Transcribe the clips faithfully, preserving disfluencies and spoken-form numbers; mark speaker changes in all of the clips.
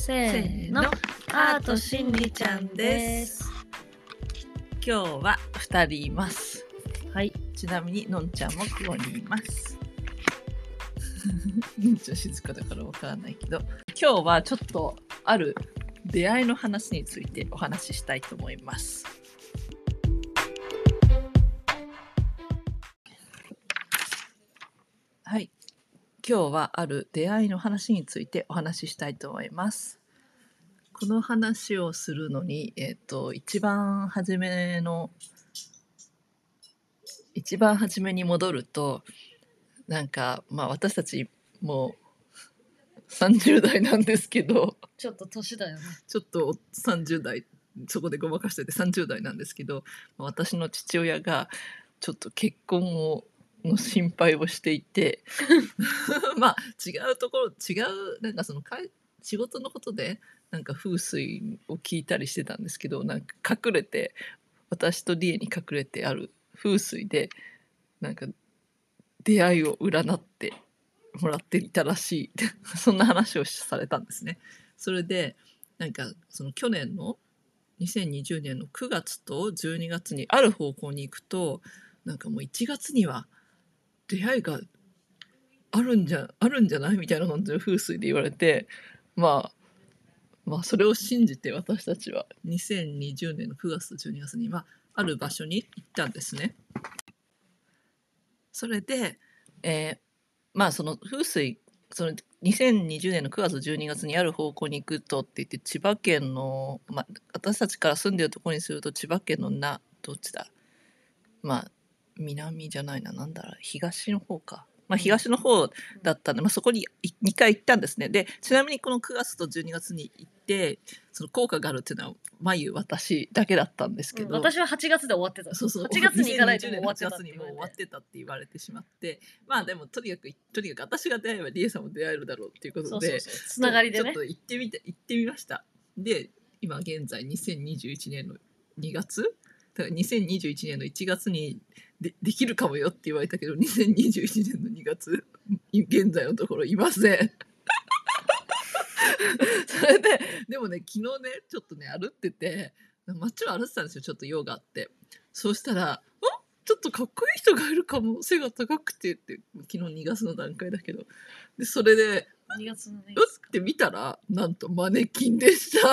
Speaker 1: せーの、アートしんりちゃんです。
Speaker 2: 今日はふたりいます。
Speaker 1: はい。
Speaker 2: ちなみにのんちゃんもここにいますのんちゃん静かだからわからないけど、今日はちょっとある出会いの話についてお話ししたいと思います。はい、今日はある出会いの話についてお話ししたいと思います。この話をするのに、えっと、一番初めの一番初めに戻ると、なんか、まあ私たちもうさんじゅう代なんですけど、
Speaker 1: ちょっと年だよね。
Speaker 2: ちょっとさんじゅう代、そこでごまかしててさんじゅう代なんですけど、私の父親がちょっと結婚をの心配をしていてまあ違うところ違うなんかその会仕事のことでなんか風水を聞いたりしてたんですけど、なんか隠れて私とリエに隠れてある風水でなんか出会いを占ってもらっていたらしいそんな話をされたんですね。それでなんかその去年のにせんにじゅうねんのくがつとじゅうにがつにある方向に行くと、なんかもういちがつには出会いがあるんじゃあるんじゃないみたいな感じの風水で言われて、まあまあそれを信じて私たちはにせんにじゅうねんのくがつとじゅうにがつに、まあ、ある場所に行ったんですね。それで、えー、まあその風水そのにせんにじゅうねんのくがつじゅうにがつにある方向に行くとって言って、千葉県の、まあ、私たちから住んでるところにすると千葉県のなどっちだまあ南じゃないな、なんだろう、東の方か、まあ、東の方だったんで、まあ、そこににかい行ったんですね。でちなみにこのくがつとじゅうにがつに行ってその効果があるっていうのは眉私だけだったんですけど、うん、
Speaker 1: 私ははちがつで終わってた。
Speaker 2: そうそう、
Speaker 1: はちがつに行かないともう終わってたって
Speaker 2: にせんにじゅうねんのはちがつにもう終わってたって言われてしまって、まあでもとにかくとにかく私が出会えばリエさんも出会えるだろうっていうことで、
Speaker 1: つながりでね
Speaker 2: ちょっと行ってみて行ってみました。で今現在にせんにじゅういちねんのにがつだからにせんにじゅういちねんのいちがつに で, できるかもよって言われたけど、にせんにじゅういちねんのにがつ現在のところいませんそれででもね昨日ねちょっとね歩ってて街を歩いてたんですよ。ちょっと用があって、そうしたらあちょっとかっこいい人がいるかも、背が高くてって昨日にがつの段階だけど、でそれで
Speaker 1: にがつのね
Speaker 2: うって見たらなんとマネキンでした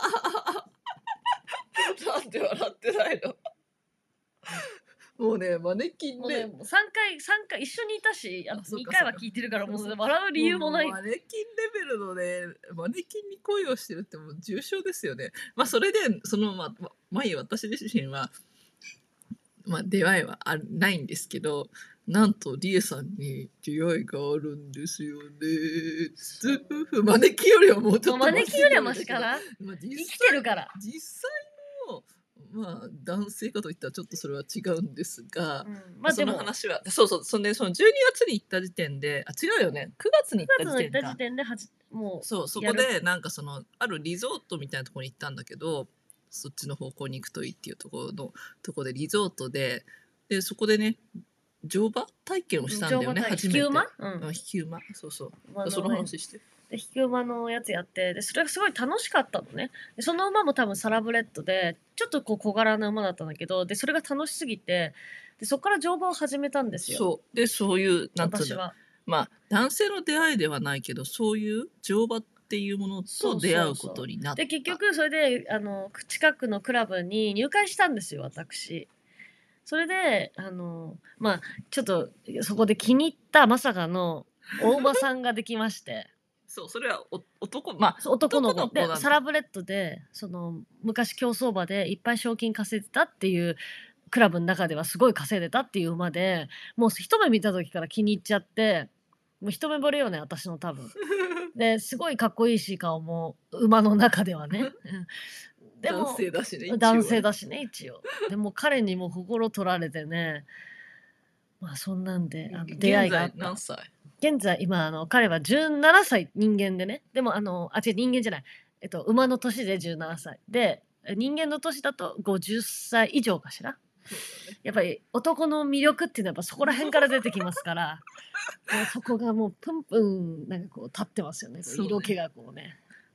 Speaker 2: なんで笑ってないのもうねマネキンで、ね、
Speaker 1: もうさんかいさんかい一緒にいたし、あとにかいは聞いてるからもう笑う理由もない。
Speaker 2: もうマネキンレベルのねマネキンに恋をしてるってもう重症ですよね。まあそれでそのまあ前私自身はまあ出会いはあないんですけど、なんとリエさんに出会いがあるんですよね。マネキンよりはもうちょっと
Speaker 1: マネキンよりはマシかな、まあ、生きてるから
Speaker 2: 実際のまあ男性かといったらちょっとそれは違うんですが、うんまあ、その話はそうそうそんでそのじゅうにがつに行った時点で、あ違うよねくがつに行った時点か、
Speaker 1: くがつの行った時点ではちもう
Speaker 2: そうそこでなんかそのあるリゾートみたいなところに行ったんだけど、そっちの方向に行くといいっていうところのところでリゾートででそこでね乗馬体験をしたんだよね。初めて引き馬、うん、引き馬そうそう、まあ、その話して
Speaker 1: で引き馬のやつやって、でそれがすごい楽しかったのね。でその馬も多分サラブレッドでちょっとこう小柄な馬だったんだけど、でそれが楽しすぎてでそこから乗馬を始めたんですよ。
Speaker 2: そうでそういうなんつうの、まあ男性の出会いではないけどそういう乗馬っていうものと出会うことになった。
Speaker 1: で結局それであの近くのクラブに入会したんですよ私。それであのまあちょっとそこで気に入ったまさかのお馬さんができまして
Speaker 2: そうそれはお男まあ
Speaker 1: 男の子でサラブレッドでその昔競走馬でいっぱい賞金稼いでたっていうクラブの中ではすごい稼いでたっていう馬で、もう一目見た時から気に入っちゃって、もう一目惚れよね私の多分ですごいかっこいいし顔も馬の中ではね
Speaker 2: でも男性だしね一応、
Speaker 1: 男性だしね一応でも彼にも心取られてね、まあそんなんであの出会いがあった。
Speaker 2: 現在何歳？
Speaker 1: 現在今あの彼はじゅうななさい人間でね、でもあのあ違う人間じゃない、えっと馬の年でじゅうななさいで人間の年だとごじゅっさい以上かしら。やっぱり男の魅力っていうのはやっぱそこら辺から出てきますからもうそこがもうプンプンなんかこう立ってますよね、色気がこうね。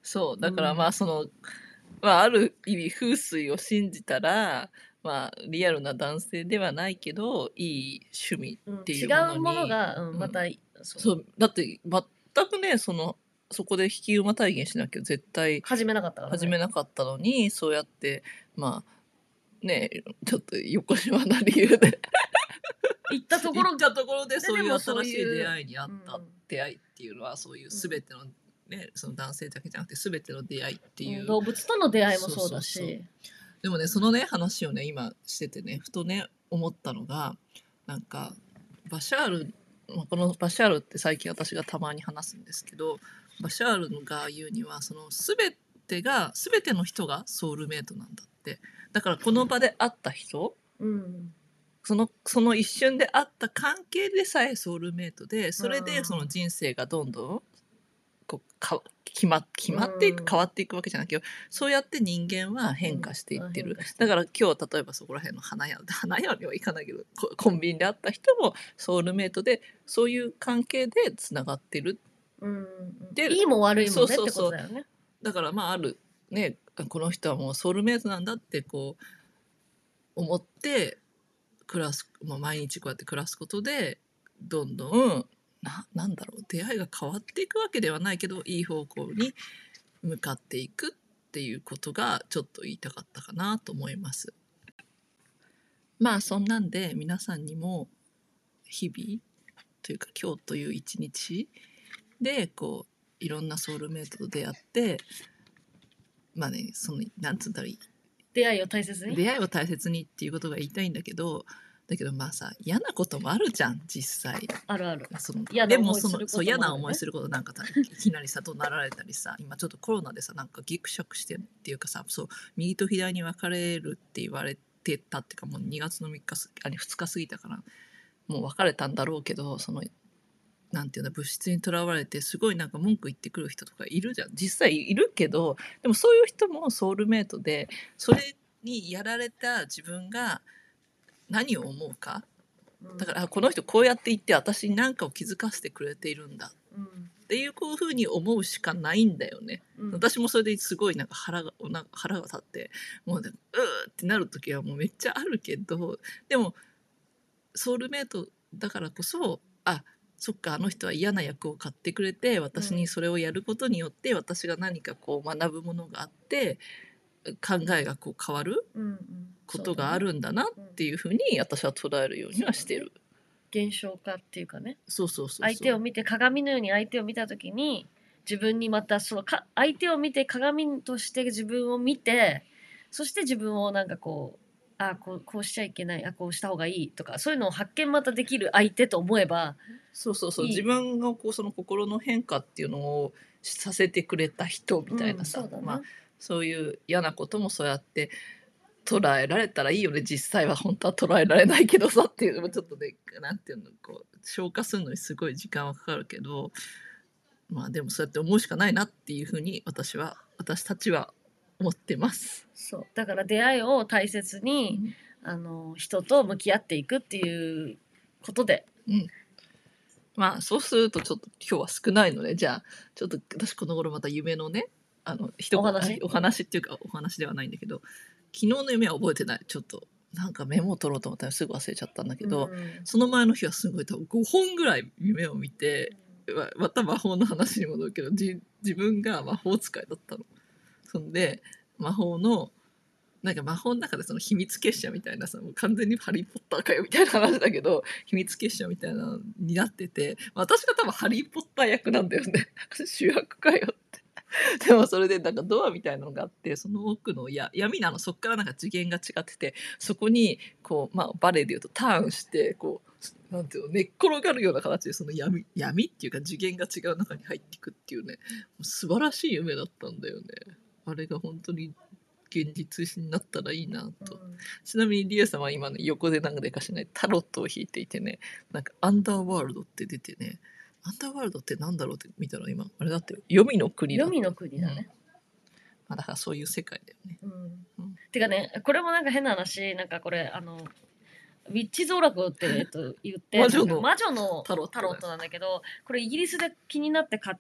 Speaker 2: そうだからまあその、うんまあ、ある意味風水を信じたら、まあ、リアルな男性ではないけどいい趣味っていうものに、
Speaker 1: うん、違うものが、うん、また、
Speaker 2: うん、そうだって全くねそのそこで引き馬体現しなきゃ絶対
Speaker 1: 始めなかったからね。
Speaker 2: 始めなかったのにそうやってまあねちょっと横島な理由で
Speaker 1: 行ったところ
Speaker 2: 行ったところでそういう新しい
Speaker 1: で
Speaker 2: 出会いにあった、
Speaker 1: うん、
Speaker 2: 出会いっていうのはそういう全ての、ね、その男性だけじゃなくて全ての出会いっていう、
Speaker 1: うん、動物との出会いもそうだし、
Speaker 2: そうそうそうでもねそのね話をね今しててねふとね思ったのがなんかバシャールこのバシャールって最近私がたまに話すんですけどバシャールが言うにはその全てが全ての人がソウルメイトなんだってだからこの場で会った人、
Speaker 1: うん、
Speaker 2: そのその一瞬で会った関係でさえソウルメイトでそれでその人生がどんどんこうか決ま決まっていく、変わっていくわけじゃないけどそうやって人間は変化していってる、うん、だから今日例えばそこら辺の花屋花屋にはいかないけどコンビニで会った人もソウルメイトでそういう関係でつながってる、
Speaker 1: うん、でいいも悪いもねってことだよね。
Speaker 2: だからまああるねこの人はもうソウルメイトなんだってこう思って暮らす、まあ、毎日こうやって暮らすことでどんどんな, なんだろう出会いが変わっていくわけではないけどいい方向に向かっていくっていうことがちょっと言いたかったかなと思います。まあそんなんで皆さんにも日々というか今日という一日でこういろんなソウルメイトと出会ってまあねそのなんつうんだろう
Speaker 1: 出会いを大切に
Speaker 2: 出会いを大切にっていうことが言いたいんだけどだけどまあさ嫌なこともあるじゃん実際
Speaker 1: あるある
Speaker 2: その
Speaker 1: 嫌な思いすることもある、ね、
Speaker 2: でもそのそう嫌な思いすることなんかいきなりさ怒鳴られたりさ今ちょっとコロナでさなんかギクシャクしてっていうかさそう右と左に分かれるって言われてたっていうかもうにがつのみっかあれふつか過ぎたからもう別れたんだろうけどそのなんていうの物質にとらわれてすごいなんか文句言ってくる人とかいるじゃん実際いるけどでもそういう人もソウルメイトでそれにやられた自分が何を思うかだからあこの人こうやって言って私に何かを気づかせてくれているんだっていうこういうふうに思うしかないんだよね、うん、私もそれですごいなんか腹がなんか腹が立ってもう、ね、うーってなる時はもうめっちゃあるけどでもソウルメイトだからこそあそっかあの人は嫌な役を買ってくれて私にそれをやることによって私が何かこう学ぶものがあって考えがこう変わることがあるんだなっていうふうに私は捉えるようにはしてる。
Speaker 1: 現象化っていうかね
Speaker 2: そうそうそうそう
Speaker 1: 相手を見て鏡のように相手を見た時に自分にまたそのか相手を見て鏡として自分を見てそして自分をなんかこうあこう、こうしちゃいけないあこうした方がいいとかそういうのを発見またできる相手と思えば
Speaker 2: そうそうそう自分がこうその心の変化っていうのをさせてくれた人みたいなさ、うんそうだねまあ、そういう嫌なこともそうやって捉えられたらいいよね実際は本当は捉えられないけどさっていうのもちょっとねなんていうのこう消化するのにすごい時間はかかるけどまあでもそうやって思うしかないなっていうふうに私は私たちは思ってます。
Speaker 1: そうだから出会いを大切に、うん、あの人と向き合っていくっていうことで、
Speaker 2: うん、まあそうするとちょっと今日は少ないのでじゃあちょっと私この頃また夢のねあの一
Speaker 1: お話
Speaker 2: お話っていうかお話ではないんだけど昨日の夢は覚えてないちょっとなんかメモを取ろうと思ったらすぐ忘れちゃったんだけど、うん、その前の日はすごい多分ごほんぐらい夢を見て、うん、また魔法の話に戻るけど自分が魔法使いだったの。そんで魔法のなんか魔法の中でその秘密結社みたいなさもう完全にハリー・ポッターかよみたいな話だけど秘密結社みたいなのになってて私が多分ハリー・ポッター役なんだよね主役かよってでもそれでなんかドアみたいなのがあってその奥のや闇なのそっからなんか次元が違っててそこにこう、まあ、バレエでいうとターンしてこうなんていうの寝っ転がるような形でその 闇, 闇っていうか次元が違う中に入っていくっていうね素晴らしい夢だったんだよね。あれが本当に現実になったらいいなと、うん、ちなみにリエさんは今ね横でなんでかしないタロットを引いていてねなんかアンダーワールドって出てねアンダーワールドってなんだろうって見たら今あれだって黄泉の国だ
Speaker 1: 黄泉の国だね、
Speaker 2: うんまあ、だからそういう世界だよね、
Speaker 1: うんうん、てかねこれもなんか変な話なんかこれあのウィッチズオラクルって、えっと、言って
Speaker 2: 魔女の
Speaker 1: 魔女の
Speaker 2: タロット
Speaker 1: タロットなんだけど、これイギリスで気になって買って、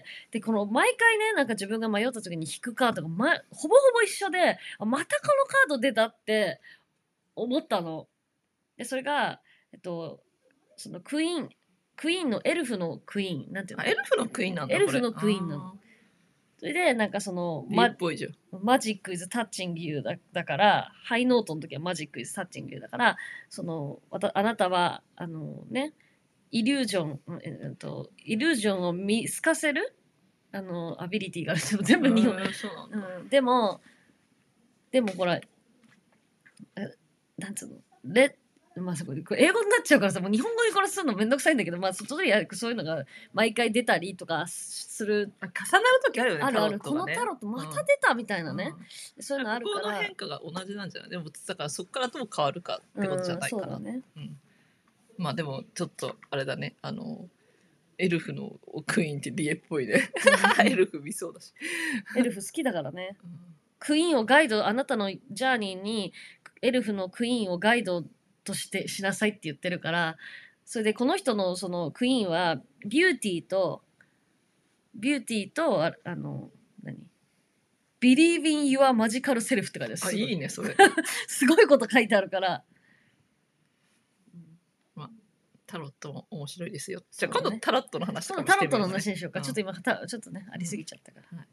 Speaker 1: でこの毎回ね、なんか自分が迷った時に引くカードが、ま、ほぼほぼ一緒で、あ、またこのカード出たって思ったの。でそれが、えっと、そのクイーンクイーンのエルフのクイーンなんていうの？
Speaker 2: あ、エルフのクイーンなんだ。
Speaker 1: エルフのクイーンなの。それでなんかその
Speaker 2: マっぽいじゃん。
Speaker 1: マジックイズタッチングユーだだからハイノートの時はマジックイズタッチングユーだからそのわたあなたはあのねイリュージョン、えっと、イリュージョンを見透かせるあのアビリティがある人全部日本、うん、でもでもほらなんつうのレまあ、そここれ英語になっちゃうからさもう日本語にこれするのめんどくさいんだけど、まあ、とりあえずそういうのが毎回出たりとかする
Speaker 2: 重なる時あるよね。
Speaker 1: あるある、
Speaker 2: ね、
Speaker 1: このタロットまた出たみたいなね、うん、そういうのあるから
Speaker 2: ここの変化が同じなんじゃない？でもだからそこからどう変わるかってことじゃないかな、うん、そうだね、うん、まあでもちょっとあれだね、あのエルフのクイーンってリエっぽいねエルフ見そうだし
Speaker 1: エルフ好きだからね、うん、クイーンをガイドあなたのジャーニーにエルフのクイーンをガイドとしてしなさいって言ってるから、それでこの人のそのクイーンはビューティーとビューティーとああの何 Believe in your magical self って書いてある。
Speaker 2: あ、いいねそれ
Speaker 1: すごいこと書いてあるから、
Speaker 2: まあタロットも面白いですよ。じゃあ今度タロットの話とかも
Speaker 1: してみようね。タロットの話にしようか、うん、ちょっと今たちょっとねありすぎちゃったから、うん、はい、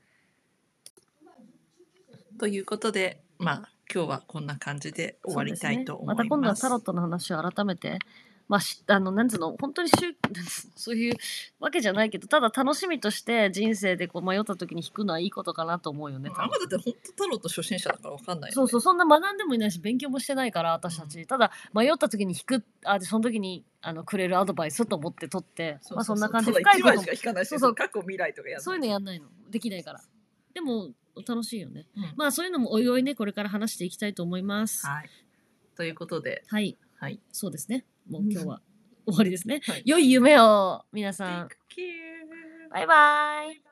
Speaker 2: ということでまあ今日はこんな感じで終わりたいと思います。
Speaker 1: また今度はタロットの話を改めて、まあ、あのなんつうの本当にしゅそういうわけじゃないけど、ただ楽しみとして人生でこう迷った時に引くのはいいことかなと思うよね。
Speaker 2: あんまだって本当タロット初心者だから分かんないよね。
Speaker 1: そうそう、そんな学んでもいないし勉強もしてないから私たち、うん、ただ迷った時に引くあでその時にあのくれるアドバイスと思って取って、そうそうそう、まあそんな感じで深いことも
Speaker 2: しか引かないし、そうそう過去未来とかやんない、
Speaker 1: そういうのやんないのできないから。でも楽しいよね、うん、まあそういうのもおいおいねこれから話していきたいと思います。
Speaker 2: はい、ということで、
Speaker 1: はい、
Speaker 2: はい、
Speaker 1: そうですね。もう今日は終わりですね。はい、良い夢を皆さん。バイバイ。